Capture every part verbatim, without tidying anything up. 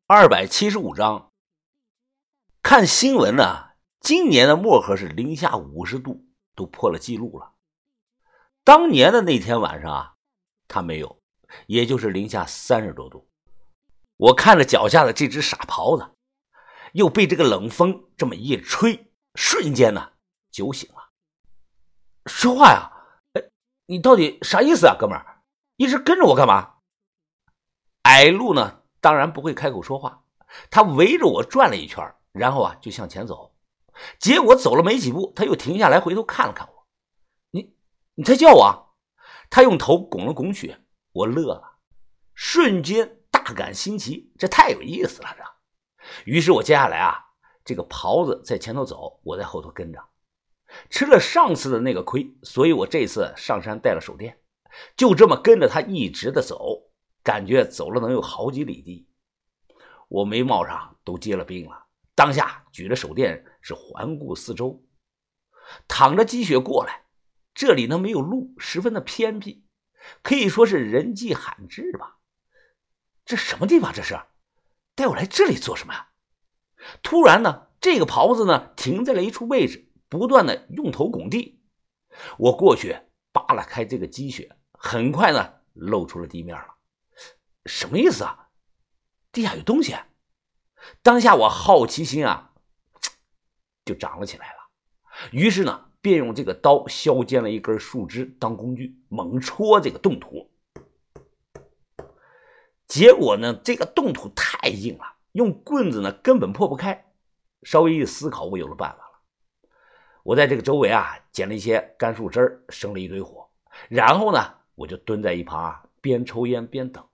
二百七十五章。看新闻呢、啊，今年的漠河是零下五十度，都破了记录了。当年的那天晚上啊，它没有，也就是零下三十多度。我看着脚下的这只傻狍子，又被这个冷风这么一吹，瞬间呢酒醒了。说话呀，哎，你到底啥意思啊，哥们儿？一直跟着我干嘛？矮路呢，当然不会开口说话，他围着我转了一圈，然后啊就向前走。结果走了没几步，他又停下来回头看了看我。你你在叫我啊？他用头拱了拱去，我乐了，瞬间大感新奇，这太有意思了这。于是我接下来啊，这个狍子在前头走，我在后头跟着。吃了上次的那个亏，所以我这次上山带了手电，就这么跟着他一直的走，感觉走了能有好几里地。我眉毛上都结了冰了，当下举着手电是环顾四周，淌着积雪过来，这里呢没有路，十分的偏僻，可以说是人迹罕至吧。这什么地方这是？带我来这里做什么呀？突然呢，这个狍子呢停在了一处位置，不断的用头拱地。我过去扒拉开这个积雪，很快呢露出了地面了。什么意思啊？地下有东西。当下我好奇心啊就长了起来了，于是呢便用这个刀削尖了一根树枝当工具，猛戳这个冻土。结果呢这个冻土太硬了，用棍子呢根本破不开。稍微一思考，我有了办法了。我在这个周围啊捡了一些干树枝，生了一堆火，然后呢我就蹲在一旁啊，边抽烟边等。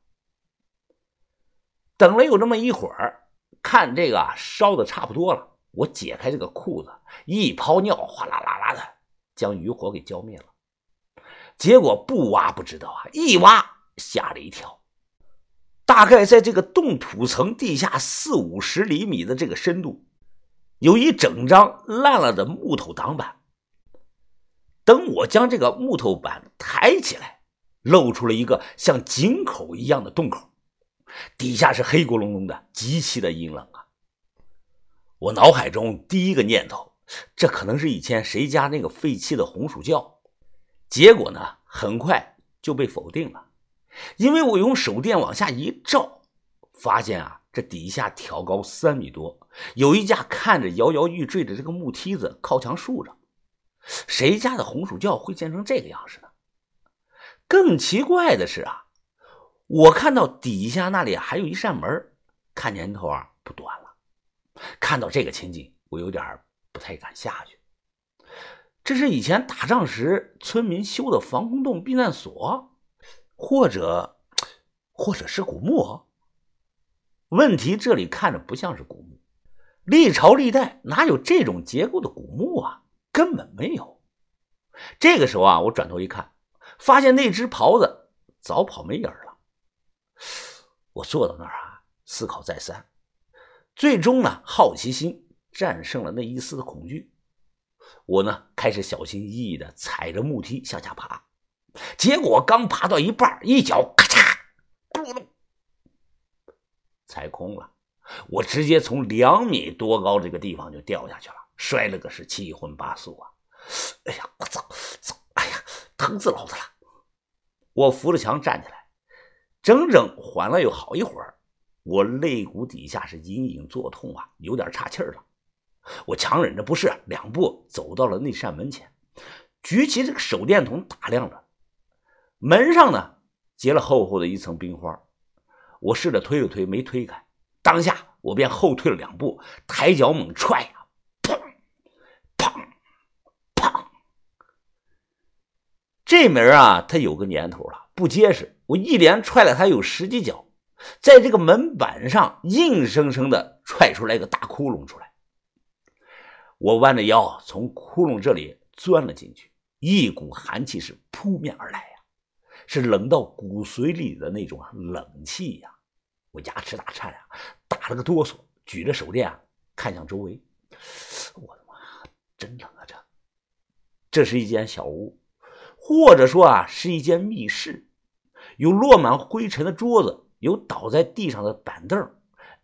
等了有这么一会儿，看这个啊烧的差不多了，我解开这个裤子，一泡尿，哗啦啦啦的将余火给浇灭了。结果不挖不知道啊，一挖吓了一跳。大概在这个冻土层地下四五十厘米的这个深度，有一整张烂了的木头挡板。等我将这个木头板抬起来，露出了一个像井口一样的洞口，底下是黑咕隆隆的，极其的阴冷啊。我脑海中第一个念头，这可能是以前谁家那个废弃的红薯窖。结果呢很快就被否定了，因为我用手电往下一照，发现啊这底下挑高三米多，有一架看着摇摇欲坠的这个木梯子靠墙竖着。谁家的红薯窖会建成这个样式呢？更奇怪的是啊，我看到底下那里还有一扇门，看年头啊不短了。看到这个情景，我有点不太敢下去。这是以前打仗时村民修的防空洞避难所，或者或者是古墓。问题这里看着不像是古墓，历朝历代哪有这种结构的古墓啊？根本没有。这个时候啊，我转头一看，发现那只狍子早跑没影了。我坐到那儿啊，思考再三，最终呢，好奇心战胜了那一丝的恐惧。我呢，开始小心翼翼地踩着木梯向下爬，结果刚爬到一半，一脚咔嚓，咕噜，踩空了。我直接从两米多高这个地方就掉下去了，摔了个是七荤八素啊！哎呀，我操操！哎呀，疼死老子了！我扶着墙站起来，整整缓了有好一会儿，我肋骨底下是隐隐作痛啊，有点岔气儿了。我强忍着不适，两步走到了那扇门前，举起这个手电筒打量着。门上呢结了厚厚的一层冰花，我试着推了推，没推开。当下我便后退了两步，抬脚猛踹呀，砰砰砰！这门啊，它有个年头了，不结实。我一连踹了它有十几脚，在这个门板上硬生生的踹出来个大窟窿出来。我弯着腰从窟窿这里钻了进去，一股寒气是扑面而来呀，是冷到骨髓里的那种冷气呀。我牙齿打颤啊，打了个哆嗦，举着手电啊，看向周围。我的妈，真冷啊！这，这是一间小屋，或者说啊，是一间密室。有落满灰尘的桌子，有倒在地上的板凳，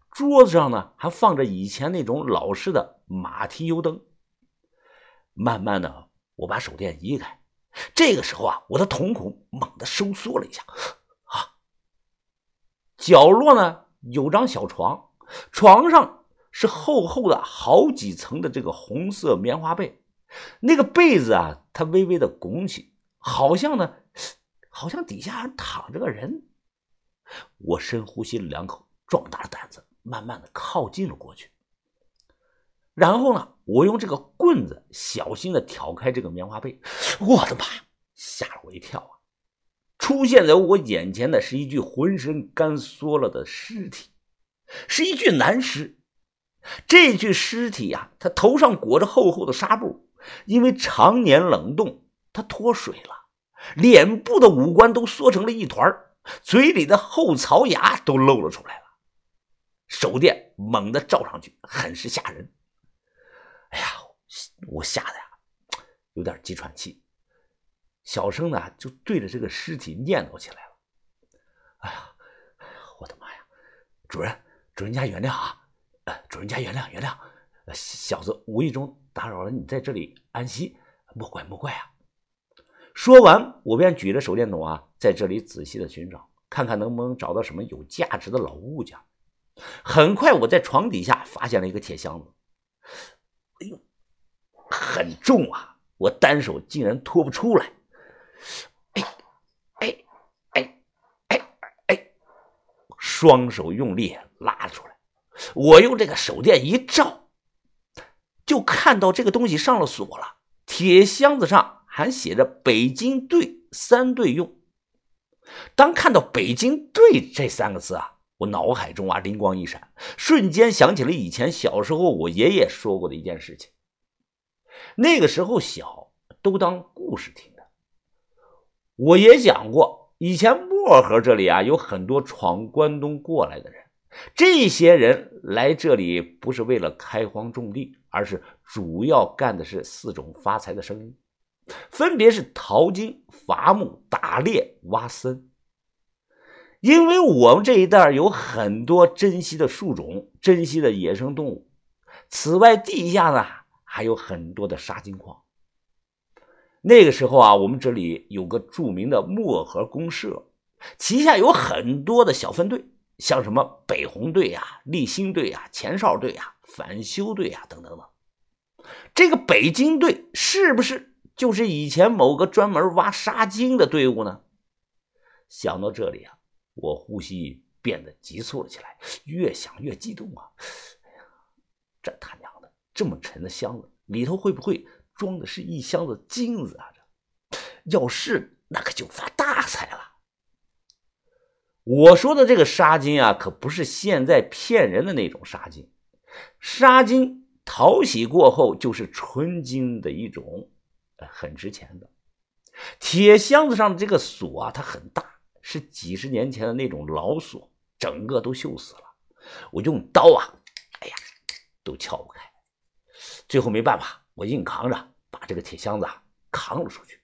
桌子上呢还放着以前那种老式的马蹄油灯。慢慢的，我把手电移开，这个时候啊，我的瞳孔猛地收缩了一下。啊，角落呢有张小床，床上是厚厚的好几层的这个红色棉花被，那个被子啊，它微微的拱起，好像呢，好像底下躺着个人。我深呼吸了两口，壮大了胆子，慢慢的靠近了过去。然后呢，我用这个棍子小心的挑开这个棉花被，我的妈呀，吓了我一跳啊！出现在我眼前的是一具浑身干缩了的尸体，是一具男尸。这具尸体啊，他头上裹着厚厚的纱布，因为常年冷冻，他脱水了，脸部的五官都缩成了一团，嘴里的后槽牙都露了出来了。手电猛地照上去，很是吓人。哎呀，我吓得呀有点急喘气，小声的就对着这个尸体念叨起来了。哎呀，我的妈呀，主人，主人家原谅啊，呃，主人家原谅原谅，呃，小子无意中打扰了你在这里安息，莫怪莫怪啊。说完，我便举着手电筒啊，在这里仔细的寻找，看看能不能找到什么有价值的老物件。很快，我在床底下发现了一个铁箱子。哎呦，很重啊！我单手竟然拖不出来。哎哎哎哎哎，双手用力拉了出来。我用这个手电一照，就看到这个东西上了锁了。铁箱子上还写着北京队三队用。当看到北京队这三个字啊，我脑海中啊灵光一闪，瞬间想起了以前小时候我爷爷说过的一件事情。那个时候小，都当故事听的。我爷讲过，以前漠河这里啊有很多闯关东过来的人，这些人来这里不是为了开荒种地，而是主要干的是四种发财的生意，分别是淘金、伐木、打猎、挖参。因为我们这一带有很多珍稀的树种、珍稀的野生动物，此外地下呢还有很多的沙金矿。那个时候啊，我们这里有个著名的漠河公社，旗下有很多的小分队，像什么北红队啊、立新队啊、前哨队啊、反修队啊等等等。这个北京队是不是就是以前某个专门挖沙金的队伍呢？想到这里啊，我呼吸变得急促了起来，越想越激动啊！哎呀，这他娘的，这么沉的箱子里头会不会装的是一箱子金子啊？这要是那可就发大财了。我说的这个沙金啊，可不是现在骗人的那种沙金，沙金淘洗过后就是纯金的一种，很值钱的。铁箱子上的这个锁啊，它很大，是几十年前的那种老锁，整个都锈死了。我用刀啊，哎呀，都撬不开。最后没办法，我硬扛着把这个铁箱子啊扛了出去。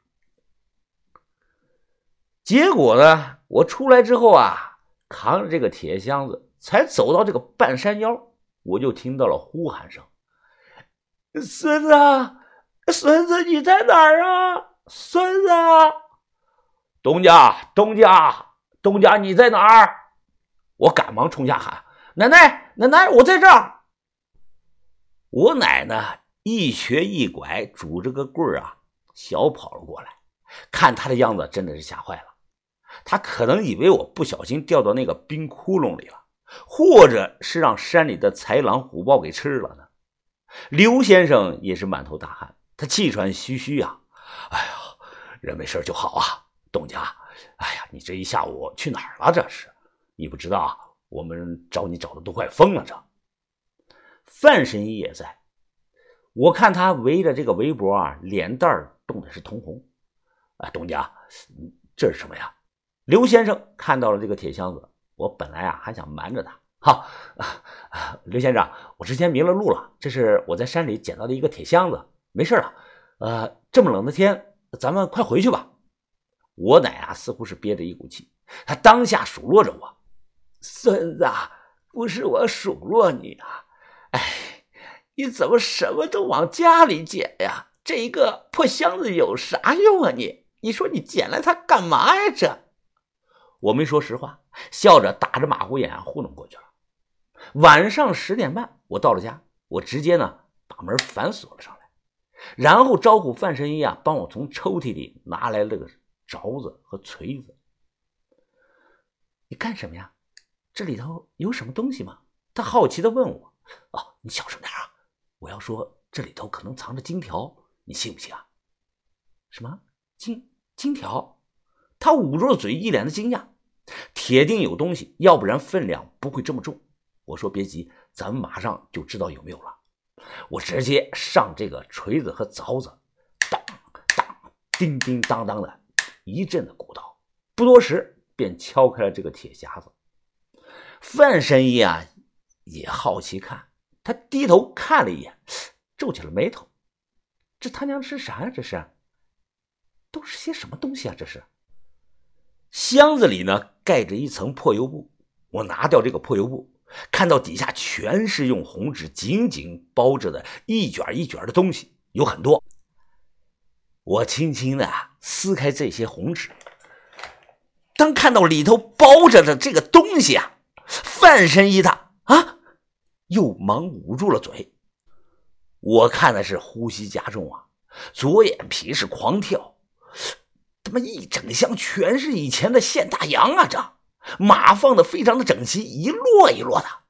结果呢，我出来之后啊，扛着这个铁箱子才走到这个半山腰，我就听到了呼喊声：“孙子，孙子，你在哪儿啊？孙子！东家，东家，东家，你在哪儿？”我赶忙冲下喊：“奶奶，奶奶，我在这儿！”我奶奶一瘸一拐，拄着个棍儿啊，小跑了过来。看她的样子，真的是吓坏了。她可能以为我不小心掉到那个冰窟窿里了，或者是让山里的豺狼虎豹给吃了呢。刘先生也是满头大汗，他气喘吁吁啊：“哎呀，人没事就好啊，东家，哎呀，你这一下午去哪儿了？这是你不知道，我们找你找的都快疯了。”这范神医也在，我看他围着这个围脖啊，脸蛋冻的是通红。啊，东家，这是什么呀？刘先生看到了这个铁箱子，我本来啊还想瞒着他。好、啊啊，刘先生，我之前迷了路了，这是我在山里捡到的一个铁箱子，没事了。呃，这么冷的天，咱们快回去吧。我奶啊似乎是憋着一股气，他当下数落着我：“孙子， 不是我数落你啊，哎，你怎么什么都往家里捡呀？这一个破箱子有啥用啊你？你说你捡来它干嘛呀这？我没说实话，笑着打着马虎眼糊弄过去了。晚上十点半我到了家，我直接呢把门反锁了上来，然后招呼范神医啊帮我从抽屉里拿来了个凿子和锤子。你干什么呀？这里头有什么东西吗？他好奇地问我。哦，你小声点啊，我要说这里头可能藏着金条，你信不信啊？什么金金条？他捂住了嘴，一脸的惊讶。铁定有东西，要不然分量不会这么重。我说别急，咱们马上就知道有没有了。我直接上这个锤子和凿子，当当叮叮当当的一阵的鼓捣，不多时便敲开了这个铁匣子。范神医啊也好奇看，他低头看了一眼，皱起了眉头。这他娘是啥呀？这是都是些什么东西啊？这是箱子里呢盖着一层破油布，我拿掉这个破油布，看到底下全是用红纸紧紧包着的一卷一卷的东西，有很多。我轻轻的撕开这些红纸，当看到里头包着的这个东西啊，范神医他啊又忙捂住了嘴。我看的是呼吸加重啊，左眼皮是狂跳，他妈一整箱全是以前的现大洋啊，这码放的非常的整齐，一摞一摞的。